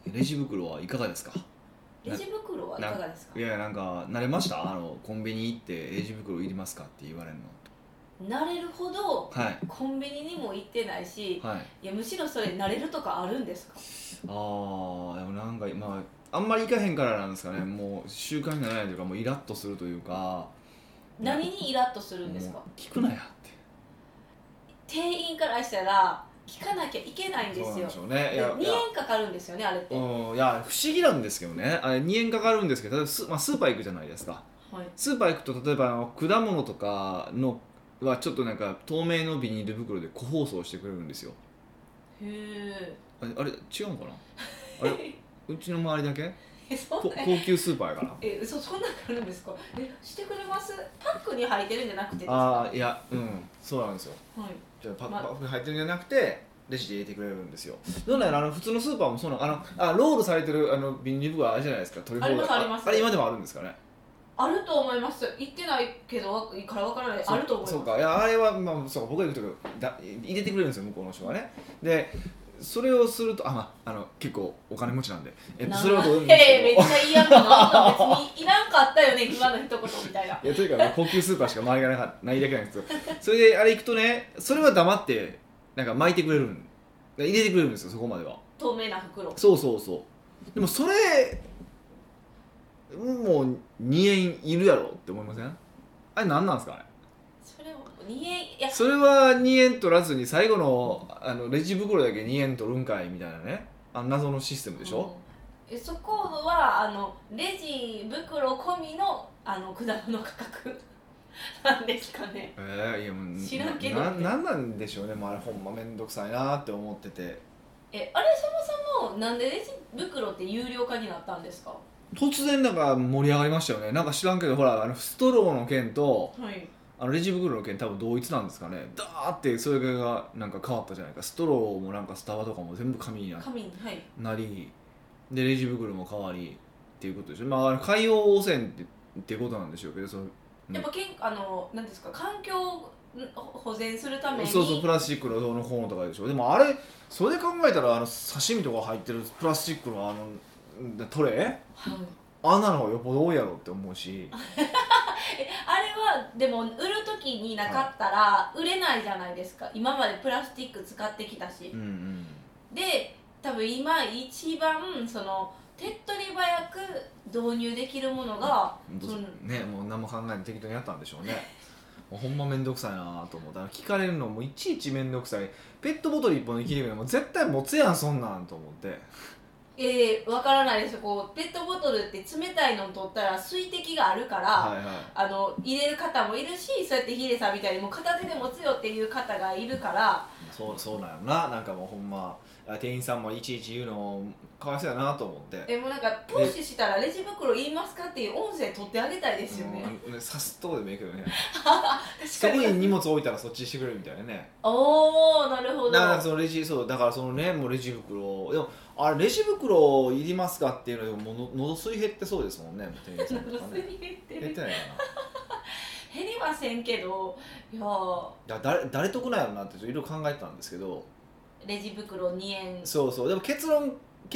レジ袋はいかがですか？ レジ袋はいかがですか？ いやなんか慣れました？コンビニ行ってレジ袋いりますかって言われるの。 慣れるほどはいコンビニにも行ってないし、 はい。 いやむしろそれ慣れるとかあるんですか？ でもなんかあんまり行かへんからなんですかね。もう習慣にならないというか、もうイラッとするというか。 何にイラッとするんですか？ もう聞くなやって。 店員からしたら聞かなきゃいけないんですよ。 そうなんでしょうね。 で2円かかるんですよね、あれって。 いや不思議なんですけどね。あれ2円かかるんですけど、例えばスーパー行くじゃないですか。 はい、 スーパー行くと例えば果物とかのはちょっとなんか透明のビニール袋で個包装してくれるんですよ。 へあれ違うんかな。あれうちの周りだけえ。そんな高級スーパーやから。 そんなんあるんですか？してくれます？パックに入ってるんじゃなくてですか？ いやそうなんですよ。 はい、 じゃあパックに入ってるんじゃなくてレジで入れてくれるんですよ。どうなんやろ、普通のスーパーもそうなの。ロールされてるビニール袋あるじゃないですか。取り放題。 ありますあれ今でもあるんですかね。 あると思います。行ってないけどからわからない。あると思います。 そうか。いやあれはそう僕が行くと入れてくれるんですよ、向こうの人はね。でそれをすると結構お金持ちなんで、それはどうでもいいんですけど。 めっちゃ嫌味の別にいらんかったよね、今の一言みたいな。 いやとにかく高級スーパーしか周りがないだけなんですよ。それであれ行くとね、それは黙ってなんか巻いてくれる入れてくれるんですよ、そこまでは。 透明な袋。 そうでもそれもう2円いるやろって思いません？あれ何なんですかね。 それを2円、いやそれは2円取らずに最後のレジ袋だけ2円取るんかいみたいなね、謎のシステムでしょ。 そこはレジ袋込みの果物価格なんですかね。 いやもう知らんけどなんなんでしょうね。もうあれほんまめんどくさいなって思ってて。 あれそもそもなんでレジ袋って有料化になったんですか？ 突然なんか盛り上がりましたよね。なんか知らんけど、ほらストローの件とはい、 レジ袋の件多分同一なんですかね。ダーってそれがなんか変わったじゃないか。ストローもなんかスタバとかも全部紙になりでレジ袋も変わりっていうことでしょ。海洋汚染っていうことなんでしょうけど、 やっぱなんですか、環境を保全するために。 そうプラスチックのどうのこうのとかでしょ。でもあれそれで考えたら刺身とか入ってるプラスチックのトレー、 はい、 あんなの方がよっぽど多いやろって思うし。 あれはでも売る時になかったら売れないじゃないですか。今までプラスチック使ってきたし、で多分今一番手っ取り早く導入できるものがね、もう何も考えず適当にやったんでしょうね。もうほんまめんどくさいなと思ったら、聞かれるのもいちいちめんどくさい。ペットボトル1本で切れるのも絶対持つやんそんなんと思って。 わからないです。ペットボトルって冷たいの取ったら水滴があるから、入れる方もいるし、そうやってヒデさんみたいにもう片手で持つよっていう方がいるから。 そうなんよな。なんかもうほんま店員さんもいちいち言うのかわいそうやなと思って。 もうなんかプッシュしたらレジ袋いりますかっていう音声取ってあげたいですよね。 刺すとこでもいいけどね。そ確かにこに荷物置いたらそっちしてくれるみたいなね。 おー、なるほど。 だからそのレジだからもうレジ袋でもレジ袋いりますかっていうのでも喉水減ってそうですもんね。店員さんとかね。減ってないか減りませんけど、いや誰得なんやろなっていろいろ考えてたんですけど。 レジ袋2円。 でも結論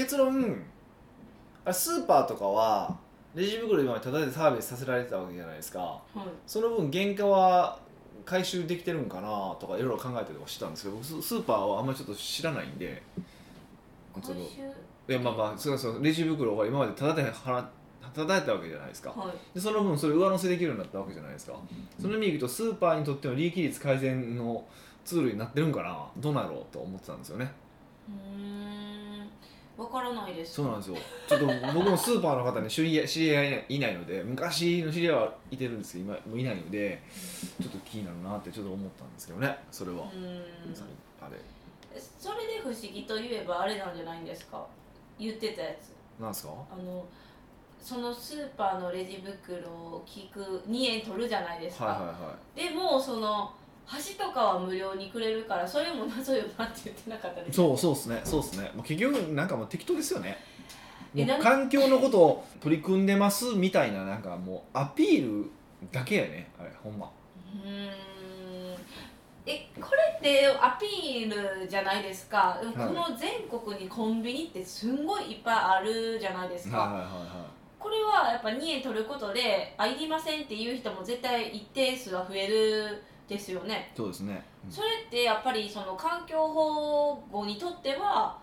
スーパーとかはレジ袋今までタダでサービスさせられてたわけじゃないですか、 はい、 その分原価は回収できてるんかなとかいろいろ考えたりとかしてたんですけど、スーパーはあんまりちょっと知らないんで。 回収レジ袋が今までタダで叩いたわけじゃないですか、 はい、 でその分それ上乗せできるようになったわけじゃないですか。その意味で言うとスーパーにとっての利益率改善のツールになってるんかな、どうなろうと思ってたんですよね。 わからないです。 そうなんですよ。ちょっと僕もスーパーの方に知り合いいないので、昔の知り合いはいてるんですけど今もういないのでちょっと気になるなってちょっと思ったんですけどね。それはあれそれで不思議といえばあれなんじゃないんですか、言ってたやつ。 なんですか。 そのスーパーのレジ袋を2円取るじゃないですか、でも箸とかは無料にくれるからそれも謎よなって言ってなかったですか。 そうですね。もう結局なんかもう適当ですよね。もう環境のことを取り組んでますみたいな、なんかもうアピールだけやねあれほんま。 これってアピールじゃないですか。この全国にコンビニってすんごいいっぱいあるじゃないですか。これはやっぱ2円取ることでいりませんっていう人も絶対一定数は増えるですよね。 そうですね、 それってやっぱりその環境保護にとっては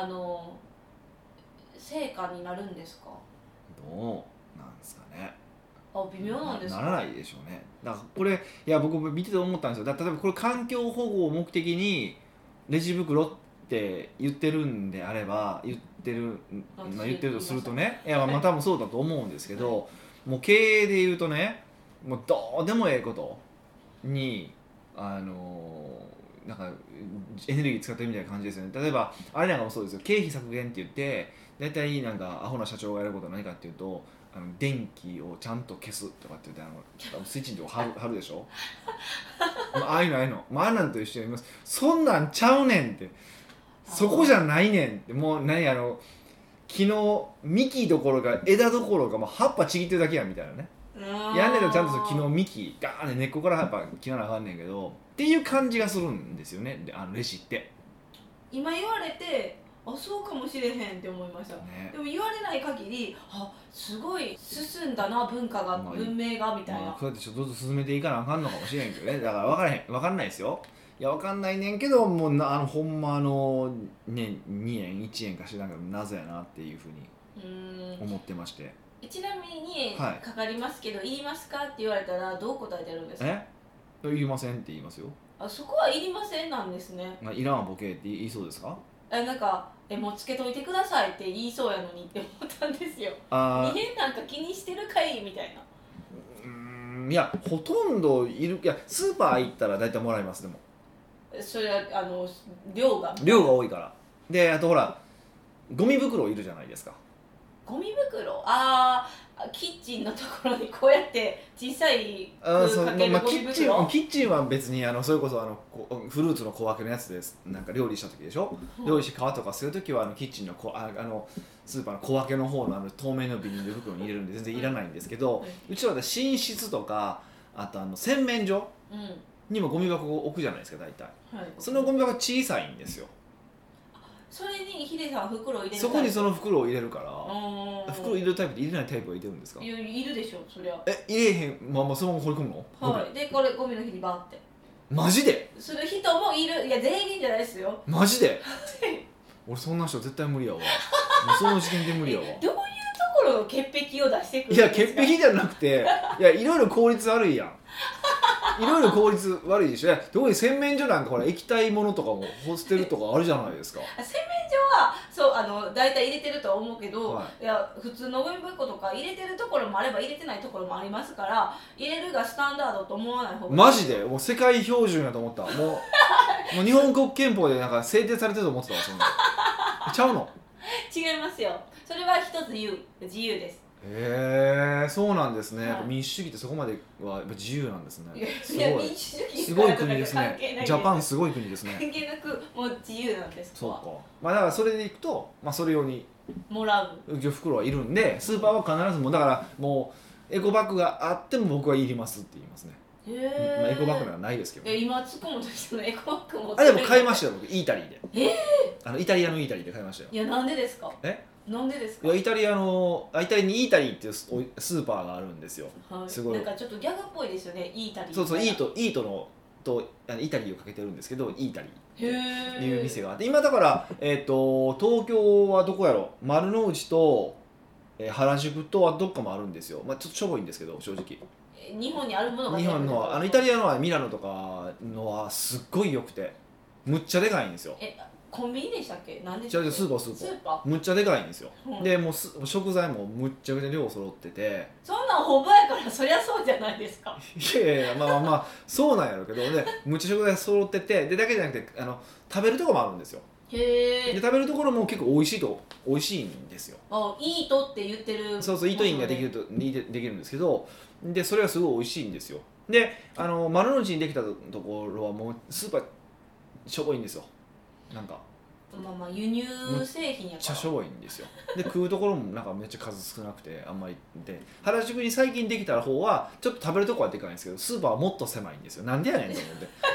成果になるんですか？ どうなんですかね。 微妙なんですか？ ならないでしょうね。だからこれいや僕見てて思ったんですよ。例えばこれ環境保護を目的にレジ袋って言ってるんであれば言ってるとするとね、いやまあ多分そうだと思うんですけど、もう経営で言うとね、もうどうでもええことになんかエネルギー使ってるみたいな感じですよね。例えばあれなんかもそうですよ。経費削減って言って大体なんかアホな社長がやることは何かっていうと、電気をちゃんと消すとかって言ってスイッチのとこ貼るでしょああいうのああなんと一緒に言います。そんなんちゃうねんって、そこじゃないねんって、もう何木の幹どころか枝どころかもう葉っぱちぎってるだけやんみたいなね。やんねんとちゃんと木の幹ガーンって根っこからやっぱ切らなあかんねんけどっていう感じがするんですよね。レジって今言われてそうかもしれへんって思いました、ね、でも言われない限りすごい進んだな文化が、文明がみたいな、 こうやってちょっとずつ進めていかなあかんのかもしれんけどね。だから分かんないですよ。いや分かんないねんけど、もうほんまね、2円1円か知らんけど謎やなっていうふうに思ってまして。 ちなみに2円かかりますけど、言いますかって言われたらどう答えてるんですか？ いりませんって言いますよ。 そこはいりませんなんですね。 いらんわボケって言いそうですか？ なんかもうつけといてくださいって言いそうやのにって思ったんですよ。2円なんか気にしてるかいみたいな。 いやほとんどいやスーパー行ったら大体もらいます。でもそれは量が多いからで、あとほらゴミ袋いるじゃないですか。 ゴミ袋キッチンのところにこうやって小さいかけるゴミ袋、 キッチンは別にそれこそフルーツの小分けのやつですなんか料理した時でしょ、料理して皮とかする時はキッチンのスーパーの小分けの方の透明のビニール袋に入れるんで全然いらないんですけど、うちは寝室とかあと洗面所にもゴミ箱を置くじゃないですか大体、そのゴミ箱小さいんですよ。 それにヒデさん袋を入れるタイプ？ そこにその袋を入れるから。袋入れるタイプと入れないタイプがいてるんですか？ いるでしょそりゃ。 入れへんままそのまま放り込むの？ はい。でこれゴミの日にバーって。 マジで？ する人もいる。いや全員じゃないですよ。 マジで？俺そんな人絶対無理やわ。もうその時点で無理やわ。 どういうところの潔癖を出してくるんですか？ いや潔癖じゃなくて、いやいろいろ効率悪いやん。いろいろ効率悪いでしょ。特に洗面所なんかほら液体ものとかも捨てるとかあるじゃないですか。 洗面所はそう大体入れてるとは思うけど、いや普通のゴミ箱とか入れてるところもあれば入れてないところもありますから、入れるがスタンダードと思わない方がいい。 マジで？もう世界標準やと思った。もう日本国憲法でなんか制定されてると思ってたわ。そんなちゃうの？ 違いますよ。それは一つ自由です。 へえ、そうなんですね。民主主義ってそこまではやっぱ自由なんですね。すごい国ですね。ジャパンすごい国ですね。 関係なくもう自由なんです。 そうか。まあだからそれでいくと、それ用にもらう袋はいるんで、スーパーは必ずもだからもうエコバッグがあっても僕はいりますって言いますね。エコバッグなんかないですけど。 今突っ込むとしてもエコバッグも。 でも買いましたよ僕イータリーで。イタリアのイータリーで買いましたよ。 いやなんでですか？なんでですか？ いやイタリアにイータリーっていうスーパーがあるんですよ。すごい。 なんかちょっとギャグっぽいですよね。イータリー。 そうイートのとイタリーをかけてるんですけどイータリーっていう店があって、今だから東京はどこやろ、丸の内と原宿とはどっかもあるんですよ。ちょっとしょぼいんですけど正直。 日本にあるものが日本のイタリアのはミラノとかのはすっごい良くてむっちゃでかいんですよ。 コンビニでしたっけ？何でしたっけ？スーパーむっちゃでかいんですよ、でもう食材もむっちゃくちゃ量揃ってて、 そんなん本場やからそりゃそうじゃないですか。 いやまあそうなんやろうけどね、むっちゃ食材揃ってて、でだけじゃなくて食べるところもあるんですよ。で食べるところも結構美味しいんですよ。 イートって言ってる。 そうイートインができるんですけど、でそれはすごい美味しいんですよ。で丸の内にできたところはもうスーパーしょぼいんですよ。なんか輸入製品やからめっちゃしょぼいんですよ。で食うところもなんかめっちゃ数少なくてあんまりで、原宿に最近できた方はちょっと食べるところはでかいんですけど、スーパーはもっと狭いんですよ。なんでやねんと思って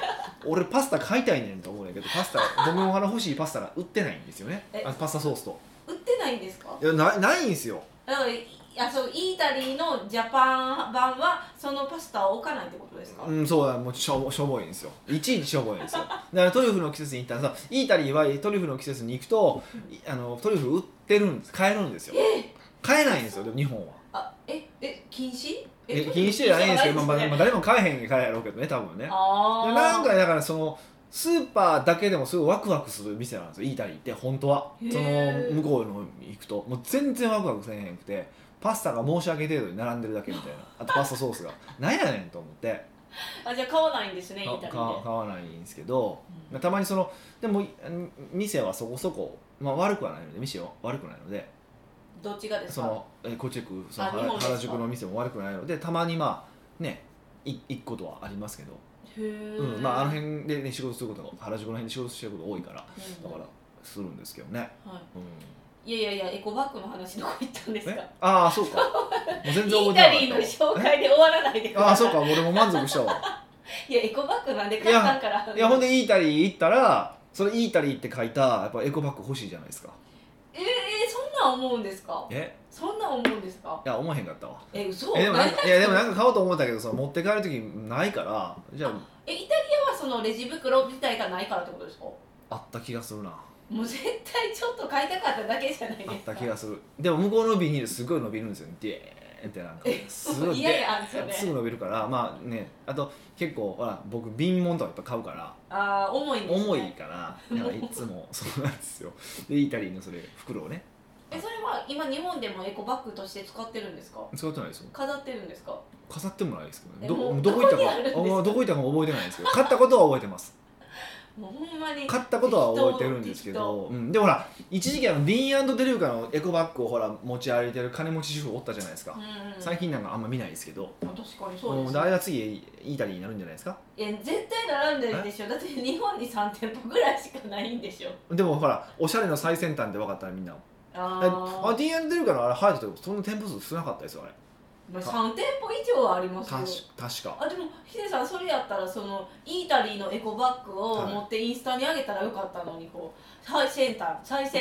俺パスタ買いたいねんと思うんだけど、パスタ僕の欲しいパスタが売ってないんですよね。パスタソースと売ってないんですか？ いやないんですよ。 だからそうイタリーのジャパン版はそのパスタを置かないってことですか？ そうだ、もうしょぼいんですよ。いちいちしょぼいんですよ。だからトリュフの季節に行ったらさ、イタリーはトリュフの季節に行くとトリュフ売ってるんです、買えるんですよ。買えないんですよ、でも日本は。 禁止？ 禁止じゃないんですけど、誰も買えへんからやろうけどね、多分ね。なんかだからそのスーパーだけでもすごいワクワクする店なんですよ、イタリーって本当は。その向こうの行くともう全然ワクワクせえへんくて、パスタが申し訳程度に並んでるだけみたいな、あとパスタソースがなんやねんと思って。 じゃあ買わないんですね、イタリーで。 買わないんですけど、たまにそのでも店はそこそこ、悪くはないので、店は悪くないので。 どっちがですか？ そのコチェク、その原宿の店も悪くないので、たまにね行くことはありますけど、あの辺で、ね、仕事することが原宿の辺で仕事してることが多いから、だからするんですけどね。 いやエコバッグの話どこ行ったんですか？ ああそうか、もう全然覚えてなかった。イタリーの紹介で終わらないでください。 ああそうか、俺も満足したわ。 いやエコバッグなんで簡単から。 いやほんでイタリー行ったら、それイタリーって書いたやっぱエコバッグ欲しいじゃないですか。 そんなん思うんですか？そんなん思うんですか？ いや思わへんかったわ。 嘘？ でもなんか買おうと思ったけど、その持って帰る時ないから、じゃあイタリアはそのレジ袋自体がないからってことですか？ あった気がするな。 もう絶対ちょっと買いたかっただけじゃないですか。 あった気がする。でも向こうのビニールすごい伸びるんですよね。でーってなんかすごい嫌やんですよね。 すぐ伸びるから、あと結構ほら僕瓶物とかいっぱい買うから、 重いんですね。 重いからなんかいつもそうなんですよ。でイタリーのそれ袋をね。 それは今日本でもエコバッグとして使ってるんですか？ 使ってないですよ。 飾ってるんですか？ 飾ってもないですけどね。どこ行ったか覚えてないんですけど、買ったことは覚えてます。 もうほんまに買ったことは覚えてるんですけど、でほら一時期ディーン&デルーカのエコバッグをほら持ち歩いてる金持ち主婦おったじゃないですか。最近なんかあんま見ないですけど。 確かにそうですね。 あれは次イタリーになるんじゃないですか。 いや絶対並んでるでしょ。だって日本に3店舗ぐらいしかないんでしょ。 でもほらおしゃれの最先端って分かったらみんな。ディーン&デルーカのあれ入るとそんな店舗数少なかったですよあれ。 3店舗以上はありますよ。 確か。 でもヒデさんそれやったらそのイタリーのエコバッグを持ってインスタに上げたらよかったのに、こう最先端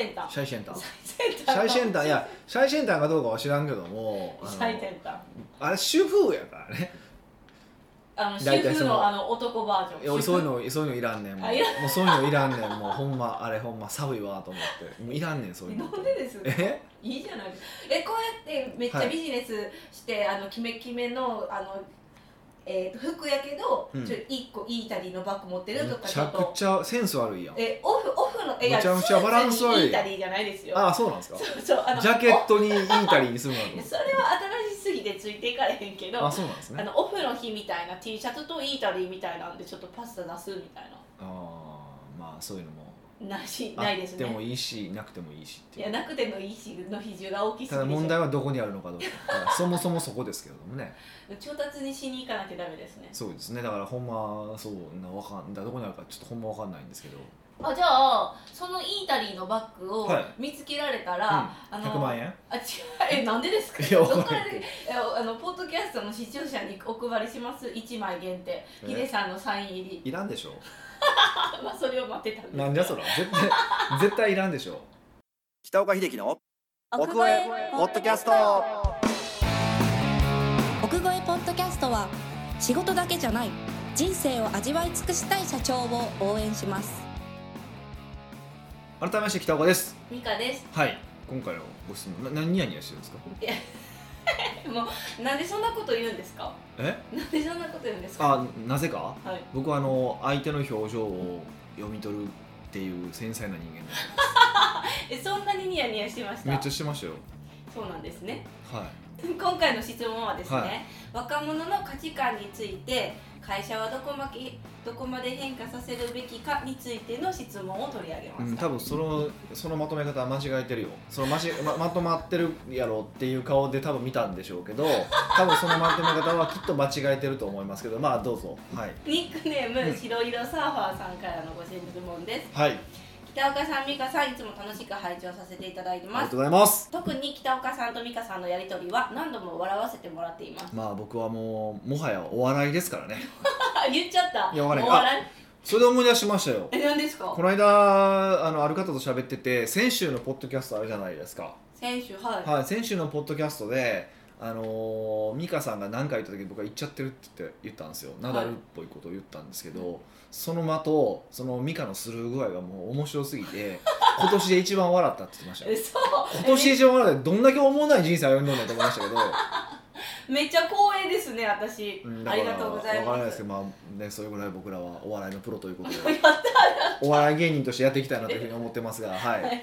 いや最先端かどうかは知らんけども、 最先端あれ主婦やからね。 主婦の男バージョン。 俺そういうのいらんねん。もうそういうのいらんねん。もうほんま寒いわと思って、もういらんねんそういうの。 なんでですか？いいじゃないですか。こうやってめっちゃビジネスして、キメキメの服やけど、1個イタリーのバッグ持ってるとか、ちょっとめちゃくちゃセンス悪いやん。 オフのめちゃくちゃバランス悪い。 イタリーじゃないですよ。 そうなんですか。 そうジャケットにイタリーにするの。 それは新しすぎてついていかれへんけど、 そうなんですね。 オフの日みたいな T シャツとイタリーみたいなんでちょっとパスタ出すみたいな。 そういうのもないですね。 でもいいしなくてもいいしっていう。 いやなくてもいいしの比重が大きすぎて。 ただ問題はどこにあるのかどうか。そもそもそこですけれどもね。 調達にしに行かなきゃダメですね。 そうですね。だからほんまそうわかんだどこにあるかちょっとほんまわかんないんですけど。 じゃあそのイタリーのバッグを見つけられたら、 100万円？ 違う、なんでですか？どっからでポッドキャストの視聴者にお配りします。1枚限定。ヒデさんのサイン入り。 いらんでしょ。 それを待ってたんです。 なんじゃそら絶対いらんでしょ。北岡秀樹の奥越えポッドキャスト。 奥越えポッドキャストは仕事だけじゃない人生を味わい尽くしたい社長を応援します。 改めまして北岡です。 ミカです。 はい、今回のご質問何ニヤニヤしてるんですか？ もうなんでそんなこと言うんですか？なんでそんなこと言うんですか？ なぜか、僕は相手の表情を読み取るっていう繊細な人間なんです。そんなにニヤニヤしてました？ めっちゃしてましたよ。 そうなんですね。 はい。 今回の質問はですね、若者の価値観について会社はどこまで変化させるべきかについての質問を取り上げました。 多分そのまとめ方は間違えてるよ。まとまってるやろっていう顔で多分見たんでしょうけど、多分そのまとめ方はきっと間違えてると思いますけど、どうぞ。はい。 ニックネーム白色サーファーさんからのご質問です。 はい。 北岡さん、美香さん、いつも楽しく拝聴させていただいてます。 ありがとうございます。 特に北岡さんと美香さんのやりとりは何度も笑わせてもらっています。 僕はもはやお笑いですからね。 言っちゃった。 いや、わからない。 それで思い出しましたよ。 何ですか？ この間ある方と喋ってて、先週のポッドキャストあるじゃないですか。 先週、はい、 はい、先週のポッドキャストで美香さんが何か言った時に僕は言っちゃってるって言ったんですよ。ナダルっぽいことを言ったんですけど、はい、その間とその美香のスルー具合がもう面白すぎて今年で一番笑ったって言ってましたよ。 そう今年で一番笑って、どんだけ思わない人生歩んでんだと思いましたけどめっちゃ光栄ですね、私。ありがとうございます。 分からないですけど、まあね、それぐらい僕らはお笑いのプロということでお笑い芸人としてやっていきたいなというふうに思ってますが、はい、はい、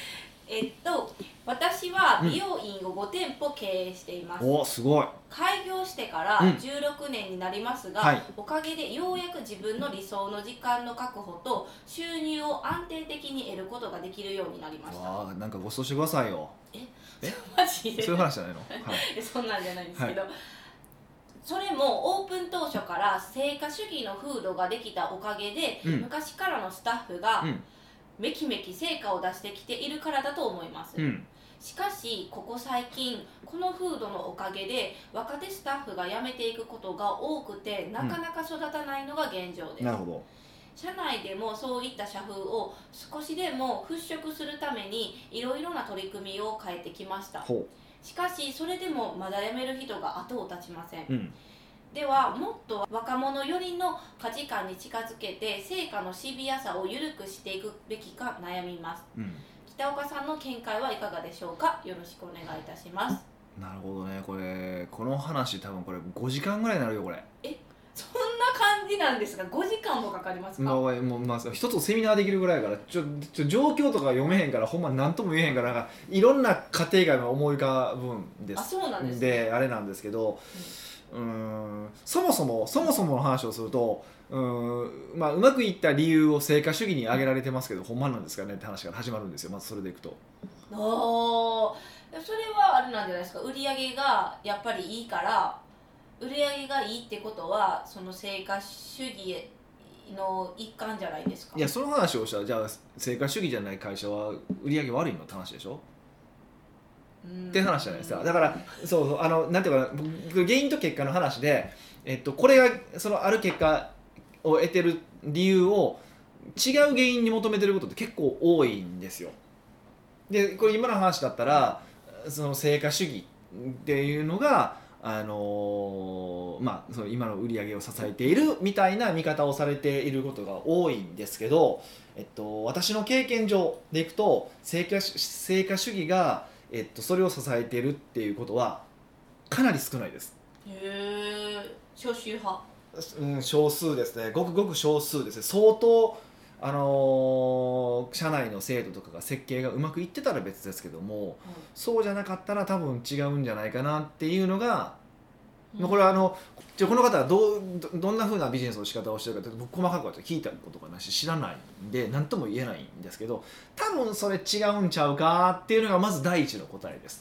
私は美容院を5店舗経営しています。 お、すごい。 開業してから16年になりますが、 はい、 おかげでようやく自分の理想の時間の確保と収入を安定的に得ることができるようになりました。 わあ、なんかご馳走してくださいよ。 マジでそういう話じゃないの？はい、 そんなんじゃないんですけど、 はい、 それもオープン当初から成果主義の風土ができたおかげで、昔からのスタッフがめきめき成果を出してきているからだと思います。しかしここ最近この風土のおかげで若手スタッフが辞めていくことが多くて、なかなか育たないのが現状です。 なるほど。 社内でもそういった社風を少しでも払拭するためにいろいろな取り組みを変えてきました。しかしそれでもまだ辞める人が後を絶ちません。ではもっと若者寄りの価値観に近づけて成果のシビアさを緩くしていくべきか悩みます。北岡さんの見解はいかがでしょうか。よろしくお願いいたします。 なるほどね。この話多分これ5時間ぐらいになるよこれ。 そんな感じなんですが、5時間もかかりますか？ もうまあ一つセミナーできるぐらいやから、状況とか読めへんからほんま何とも言えへんから、なんかいろんな家庭が思い浮かぶんです。 あ、そうなんですね。であれなんですけど、そもそもの話をすると、まあ、うまくいった理由を成果主義に挙げられてますけど、ほんまなんですかねって話から始まるんですよ。まずそれでいくと、 それはあれなんじゃないですか。売り上げがやっぱりいいから、売り上げがいいってことはその成果主義の一環じゃないですか。 いや、その話をしたら、じゃあ成果主義じゃない会社は売り上げ悪いのって話でしょって話じゃないですか。だからそうなんていうかな、原因と結果の話で、これがそのある結果を得てる理由を違う原因に求めてることって結構多いんですよ。でこれ今の話だったら、その成果主義っていうのがまあ、その今の売り上げを支えているみたいな見方をされていることが多いんですけど、私の経験上でいくと成果主義が、それを支えているっていうことはかなり少ないです。 少数派。 少数ですね。ごくごく少数ですね。相当社内の制度とかが設計がうまくいってたら別ですけども、そうじゃなかったら多分違うんじゃないかなっていうのが、これはこの方はどんな風なビジネスの仕方をしてるかって僕細かくは聞いたことがないし知らないんで何とも言えないんですけど、多分それ違うんちゃうかっていうのがまず第一の答えです。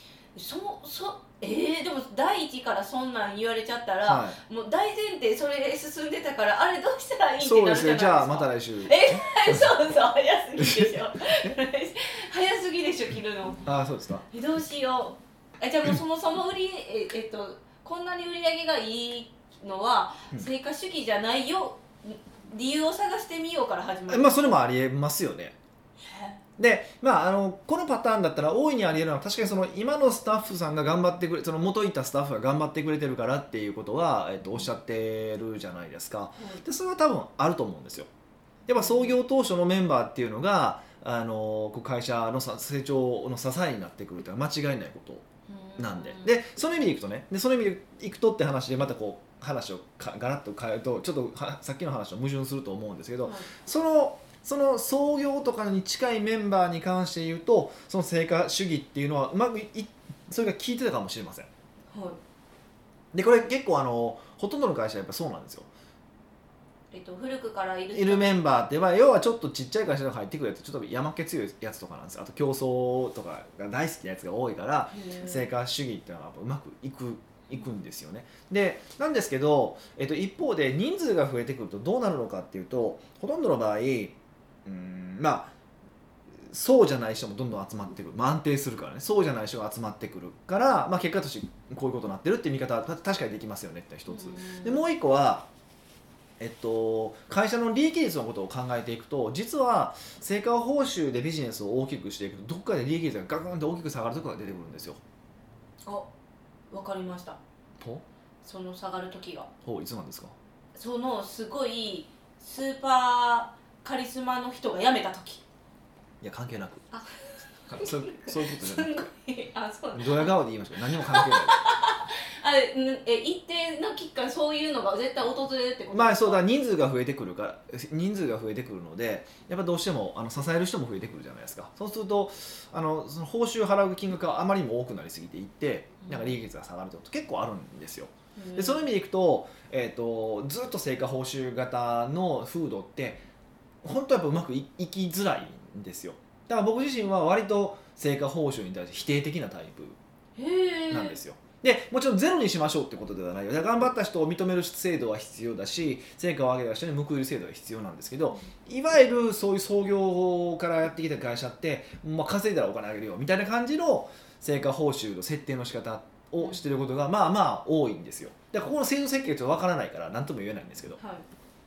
でも第一からそんなん言われちゃったら、もう大前提それで進んでたから、あれどうしたらいいってなるじゃないですか。そうですね。 じゃあまた来週。 そう早すぎでしょ早すぎでしょ切るの。 そうですか。 どうしよう。じゃあもうそもそもこんなに売り上げがいいのは成果主義じゃないよ、理由を探してみようから始まる。 それもありえますよね。でこのパターンだったら大いにありえるのは、確かにその今のスタッフさんが頑張ってくれ、その元いたスタッフが頑張ってくれてるからっていうことは、おっしゃってるじゃないですか。でそれは多分あると思うんですよ。やっぱ創業当初のメンバーっていうのが会社の成長の支えになってくるっていうのは間違いないことなんで、その意味でいくとね、その意味でいくとって話でまた話をガラッと変えると、ちょっとさっきの話と矛盾すると思うんですけど、その創業とかに近いメンバーに関して言うと、その成果主義っていうのはうまくそれが効いてたかもしれません。でこれ結構ほとんどの会社はやっぱそうなんですよ。 古くからいるメンバーって要はちょっとちっちゃい会社に入ってくるやつ、ちょっと山っ気強いやつとかなんですよ。あと競争とかが大好きなやつが多いから、成果主義っていうのはやっぱうまくいくんですよね。でなんですけど、一方で人数が増えてくるとどうなるのかっていうと、ほとんどの場合そうじゃない人もどんどん集まってくる、安定するからね、そうじゃない人が集まってくるから、結果としてこういうことになってるっていう見方は確かにできますよねって一つで、もう一個は、 会社の利益率のことを考えていくと、実は成果報酬でビジネスを大きくしていくとどっかで利益率がガクンと大きく下がるところが出てくるんですよ。 わかりました。 とその下がる時がいつなんですか？ そのすごいスーパーカリスマの人が辞めた時。 いや関係なくそういうことじゃないそうドヤ顔で言いました。何も関係ない一定の期間そういうのが絶対訪れるってことですか？ まあそうだ、人数が増えてくるので、やっぱどうしても支える人も増えてくるじゃないですか。そうするとその報酬を払う金額があまりにも多くなりすぎていって、なんか利益率が下がるってこと結構あるんですよ。でそういう意味でいくと、ずっと成果報酬型の風土って本当はやっぱうまくいきづらいんですよ。だから僕自身は割と成果報酬に対して否定的なタイプなんですよ。でもちろんゼロにしましょうってことではないよ。頑張った人を認める制度は必要だし、成果を上げた人に報いる制度は必要なんですけど、いわゆるそういう創業からやってきた会社って、稼いだらお金あげるよみたいな感じの成果報酬の設定の仕方をしていることがまあまあ多いんですよ。でここの制度設計って分からないから何とも言えないんですけど、はい、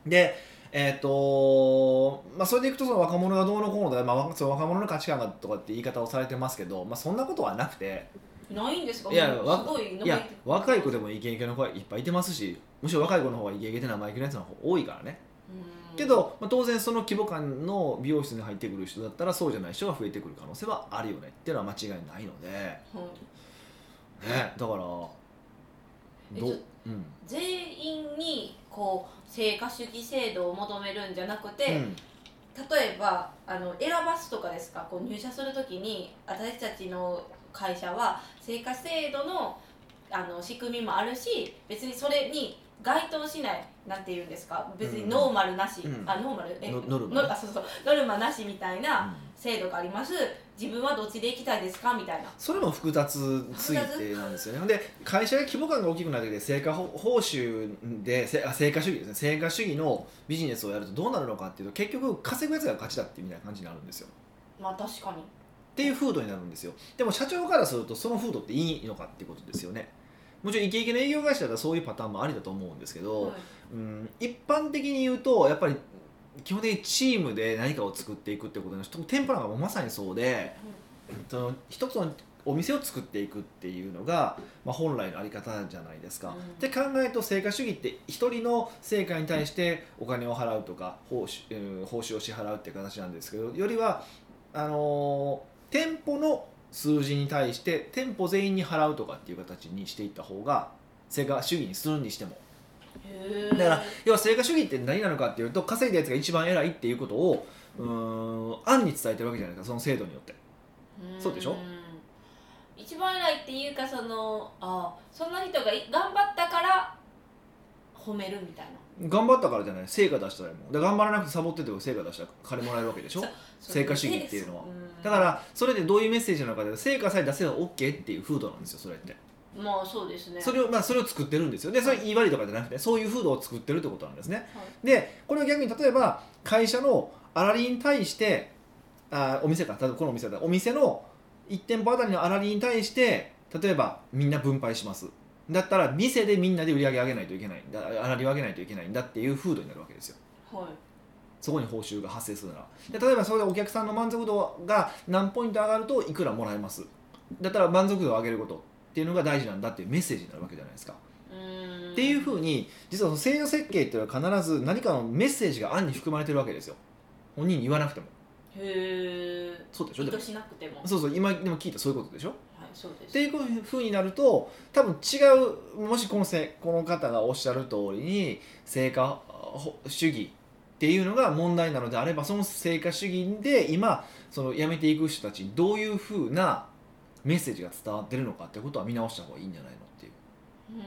でそれでいくとその若者がどうのこうので、その若者の価値観がとかって言い方をされてますけど、そんなことはなくて。 ないんですか？ いや若い子でもイケイケの子はいっぱいいてますし、むしろ若い子の方がイケイケで生意気なやつの方多いからね。けど、当然その規模感の美容室に入ってくる人だったらそうじゃない人が増えてくる可能性はあるよねっていうのは間違いないので、ね、だから全員にこう成果主義制度を求めるんじゃなくて、例えば選ばすとかですか、こう入社するときに私たちの会社は成果制度の仕組みもあるし、別にそれに該当しないなんていうんですか、別にノーマルなし、ノルマなしみたいな制度があります。自分はどっちで行きたいですかみたいな。 それも複雑すぎてなんですよね。で会社が規模感が大きくなってきて成果報酬で成果主義ですね、成果主義のビジネスをやるとどうなるのかっていうと、結局稼ぐやつが勝ちだってみたいな感じになるんですよ。 確かにっていう風土になるんですよ。でも社長からするとその風土っていいのかっていうことですよね。もちろんイケイケの営業会社だったらそういうパターンもありだと思うんですけど、一般的に言うとやっぱり基本的にチームで何かを作っていくってことの店舗なんかもまさにそうで、一つのお店を作っていくっていうのが、本来のあり方じゃないですか。って考えると成果主義って一人の成果に対してお金を払うとか報酬を支払うっていう形なんですけど、よりは店舗の数字に対して店舗全員に払うとかっていう形にしていった方が成果主義にするにしても、だから要は成果主義って何なのかっていうと、稼いだやつが一番偉いっていうことを暗に伝えてるわけじゃないですか、その制度によって。そうでしょ？ 一番偉いっていうか、そんな人が頑張ったから褒めるみたいな。 頑張ったからじゃない、成果出したらもうで、頑張らなくてサボってても成果出したら金もらえるわけでしょ成果主義っていうのは。だからそれでどういうメッセージなのかで、成果さえ出せば OK っていう風土なんですよ、それって。 そうですね。 それを作ってるんですよ。でそれ言い悪いとかじゃなくて、そういう風土を作ってるってことなんですね。でこれを逆に例えば会社の粗利に対してお店か、例えばこのお店だったらお店の1店舗あたりの粗利に対して例えばみんな分配します。だったら店でみんなで売り上げ上げないといけないんだ、粗利を上げないといけないんだっていう風土になるわけですよ。そこに報酬が発生するなら。で例えばそれでお客さんの満足度が何ポイント上がるといくらもらえます。だったら満足度を上げることっていうのが大事なんだっていうメッセージになるわけじゃないですか。っていう風に実はその制度設計っていうのは必ず何かのメッセージが暗に含まれてるわけですよ、本人に言わなくても。そうでしょ。 意図しなくても。 そう今でも聞いたそういうことでしょ。 そうです。 っていう風になると多分違う、もしこの方がおっしゃる通りに成果主義っていうのが問題なのであれば、その成果主義で今その辞めていく人たちにどういう風なメッセージが伝わってるのかってことは見直した方がいいんじゃないのっていう、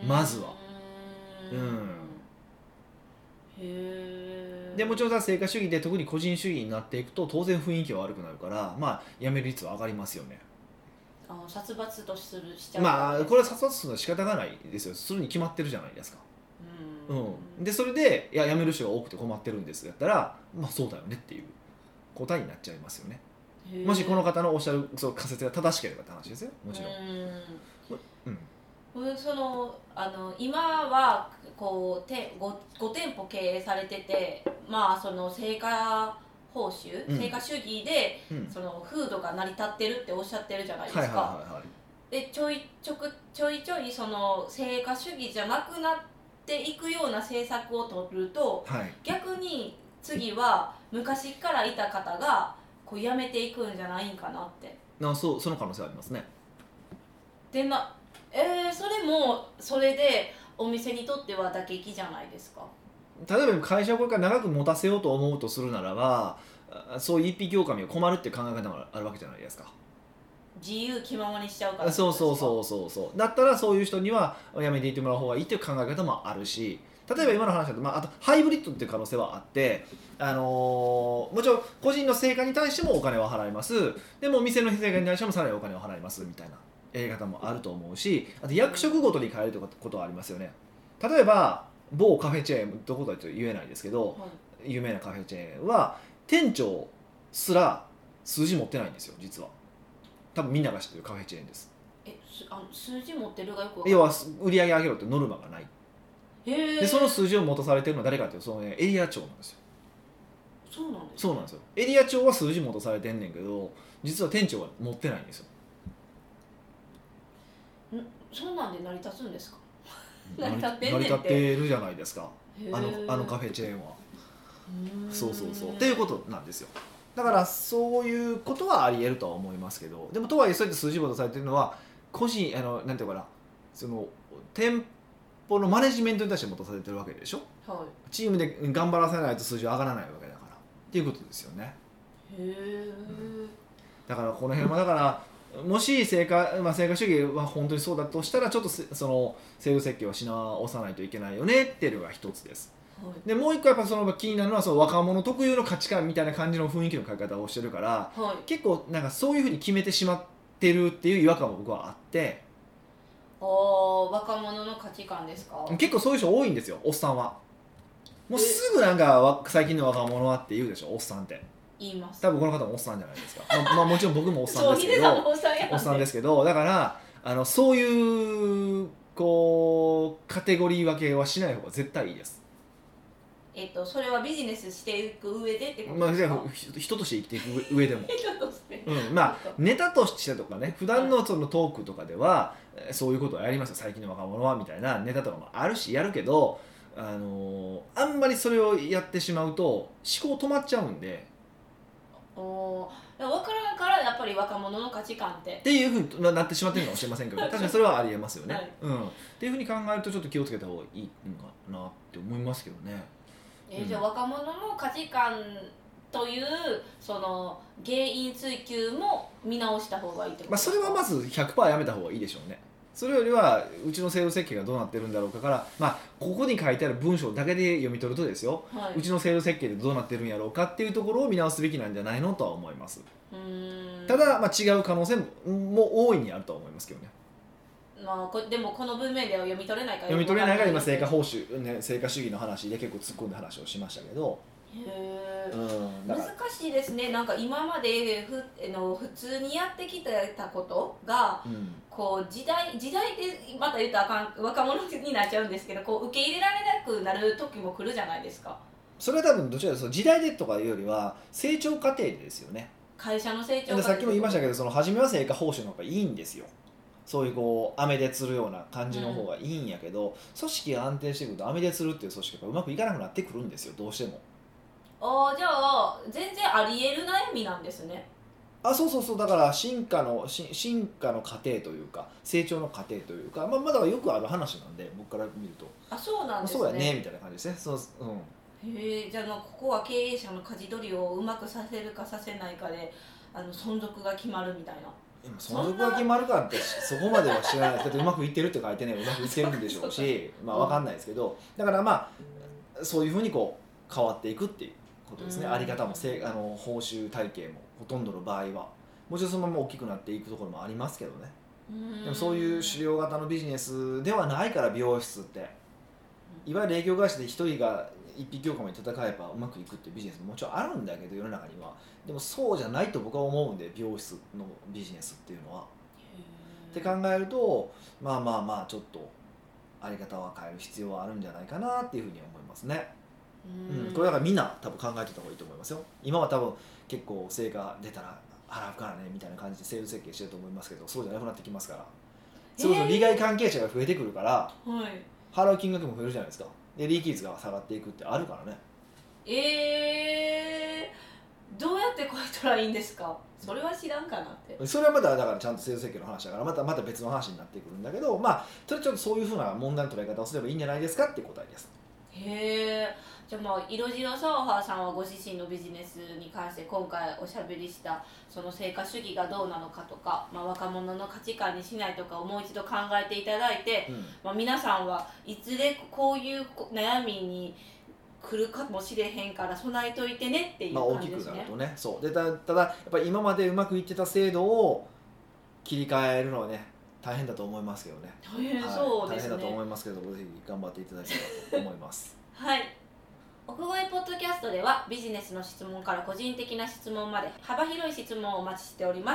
まずは。でもちろん成果主義で特に個人主義になっていくと当然雰囲気は悪くなるから、辞める率は上がりますよね。 殺伐としちゃう。 これは殺伐するのは仕方がないですよ。するに決まってるじゃないですか。でそれで辞める人が多くて困ってるんですだったら、そうだよねっていう答えになっちゃいますよね。もしこの方のおっしゃるその仮説が正しければって話ですよ、もちろん。 今はこう5店舗経営されてて、まあその成果報酬、成果主義で、その風土が成り立ってるっておっしゃってるじゃないですか。でちょいちょいその成果主義じゃなくなっていくような政策を取ると、逆に次は昔からいた方がこう辞めていくんじゃないんかなって。 その可能性はありますね。 でそれもそれでお店にとっては打撃じゃないですか。 例えば会社をこれから長く持たせようと思うとするならば、そういう一匹狼が困るっていう考え方があるわけじゃないですか。 自由気ままにしちゃうからそうだったらそういう人にはやめていってもらう方がいいっていう考え方もあるし、例えば今の話だと、あとハイブリッドっていう可能性はあって、もちろん個人の成果に対してもお金は払います、でも店の成果に対してもさらにお金を払いますみたいなやり方もあると思うし、あと役職ごとに変えるということはありますよね。例えば某カフェチェーン、どこだと言えないですけど、有名なカフェチェーンは店長すら数字持ってないんですよ実は。多分みんなが知ってるカフェチェーンです。 数字持ってるがよく分かる。要は売り上げ上げろってノルマがない。でその数字を持たされてるのは誰かっていうと、その、エリア長なんですよ。 そうなんです、 そうなんですよ。エリア長は数字持たされてんねんけど、実は店長は持ってないんですよ。 そうなんで成り立つんですか。 成り立ってるじゃないですか、あのカフェチェーンは。そうっていうことなんですよ。だからそういうことはあり得るとは思いますけど、でもとはいえそうやって数字持たされてるのは個人なんていうかな、その店舗のマネジメントに対して持たされてるわけでしょ、チームで頑張らせないと数字は上がらないわけだからっていうことですよね。だからこの辺はだからもし成果主義は本当にそうだとしたら、ちょっとその制度設計はし直さないといけないよねっていうのが一つです。でもう一個やっぱその気になるのは、その若者特有の価値観みたいな感じの雰囲気の書き方をしてるから、結構なんかそういうふうに決めてしまってるっていう違和感も僕はあって。 若者の価値観ですか。 結構そういう人多いんですよ、おっさんは。もうすぐなんか最近の若者はって言うでしょ、おっさんって。 言います。 多分この方もおっさんじゃないですか。もちろん僕もおっさんですけどおっさんですけど、だからそういうこうカテゴリー分けはしない方が絶対いいです。 それはビジネスしていく上でってことですか。 人として生きていく上でも人として、 ネタとしてとかね、普段のそのトークとかではそういうことをやりますよ、最近の若者はみたいなネタとかもあるしやるけど、あんまりそれをやってしまうと思考止まっちゃうんで。 分からんからやっぱり若者の価値観っていうふうになってしまってるかもしれませんけど確かにそれはありえますよね、っていうふうに考えるとちょっと気をつけた方がいいのかなって思いますけどね。 じゃあ若者の価値観というその原因追求も見直した方がいいってことですか。 それはまず 100% やめた方がいいでしょうね。それよりはうちの制度設計がどうなってるんだろうかから、ここに書いてある文章だけで読み取るとですよ、うちの制度設計でどうなってるんやろうかっていうところを見直すべきなんじゃないのとは思います。ただ、違う可能性も大いにあるとは思いますけどね。 でもこの文面では読み取れないから読み取れないから今成果報酬、成果主義の話で結構突っ込んだ話をしましたけど。 難しいですね。なんか今まで普通にやってきたことが、こう時代でまた言ったらあかん若者になっちゃうんですけど、こう受け入れられなくなる時も来るじゃないですか。 それは多分どちらかというと時代でとかいうよりは成長過程ですよね。 会社の成長過程で。 さっきも言いましたけど、その初めは成果報酬の方がいいんですよ。そういうこう飴で釣るような感じの方がいいんやけど、組織が安定してくると飴で釣るっていう組織がうまくいかなくなってくるんですよ、どうしても。 じゃあ全然あり得る悩みなんですね。 そうだから進化の過程というか成長の過程というか、だからよくある話なんで、僕から見るとそうなんですね。 そうやねみたいな感じですね。 じゃあここは経営者の舵取りをうまくさせるかさせないかで存続が決まるみたいな。 存続が決まるかってそこまでは知らない。だってうまくいってるって書いてね、うまくいってるんでしょうし分かんないですけど、だからそういうふうにこう変わっていくっていうことですね。あり方も報酬体系もほとんどの場合はもちろんそのまま大きくなっていくところもありますけどね。でもそういう狩猟型のビジネスではないから、美容室っていわゆる営業会社で一人が一匹狼に戦えばうまくいくっていうビジネスももちろんあるんだけど、世の中には。でもそうじゃないと僕は思うんで、美容室のビジネスっていうのは。 って考えるとまあちょっとあり方は変える必要はあるんじゃないかなっていうふうに思いますね。これだからみんな多分考えてた方がいいと思いますよ。今は多分結構成果出たら払うからねみたいな感じで制度設計してると思いますけど、そうじゃなくなってきますから、それこそ利害関係者が増えてくるから、払う金額も増えるじゃないですか。で利益率が下がっていくってあるからね。 どうやって超えたらいいんですか？それは知らんかなって。 それはまただからちゃんと制度設計の話だからまた別の話になってくるんだけど、それちょっとそういうふうな問題の捉え方をすればいいんじゃないですかっていう答えです。 じゃあ色白サーファーさんはご自身のビジネスに関して今回おしゃべりしたその成果主義がどうなのかとか、若者の価値観にしないとかをもう一度考えていただいて、皆さんはいずれこういう悩みに来るかもしれへんから備えといてねっていう感じですね。 大きくなるとね。そうでただやっぱり今までうまくいってた制度を切り替えるのはね大変だと思いますけどね。 大変そうですね。 大変だと思いますけど、ぜひ頑張っていただければと思いますはい。奥越ポッドキャストではビジネスの質問から個人的な質問まで幅広い質問をお待ちしております。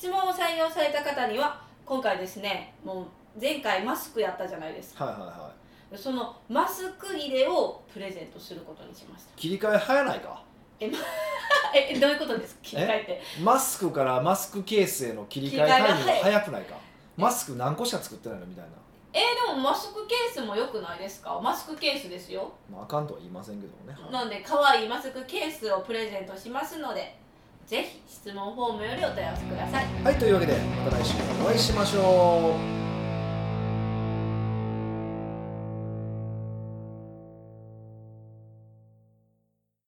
質問を採用された方には今回ですね、もう前回マスクやったじゃないですか。そのマスク入れをプレゼントすることにしました。 切り替え早ないか？ どういうことですか？切り替えってマスクからマスクケースへの切り替えタイミングが早くないか？マスク何個しか作ってないのみたいな。 でもマスクケースも良くないですか？マスクケースですよ。 あかんとは言いませんけどね。 なので可愛いマスクケースをプレゼントしますので、ぜひ質問フォームよりお問い合わせください。 はい、というわけでまた来週お会いしましょう。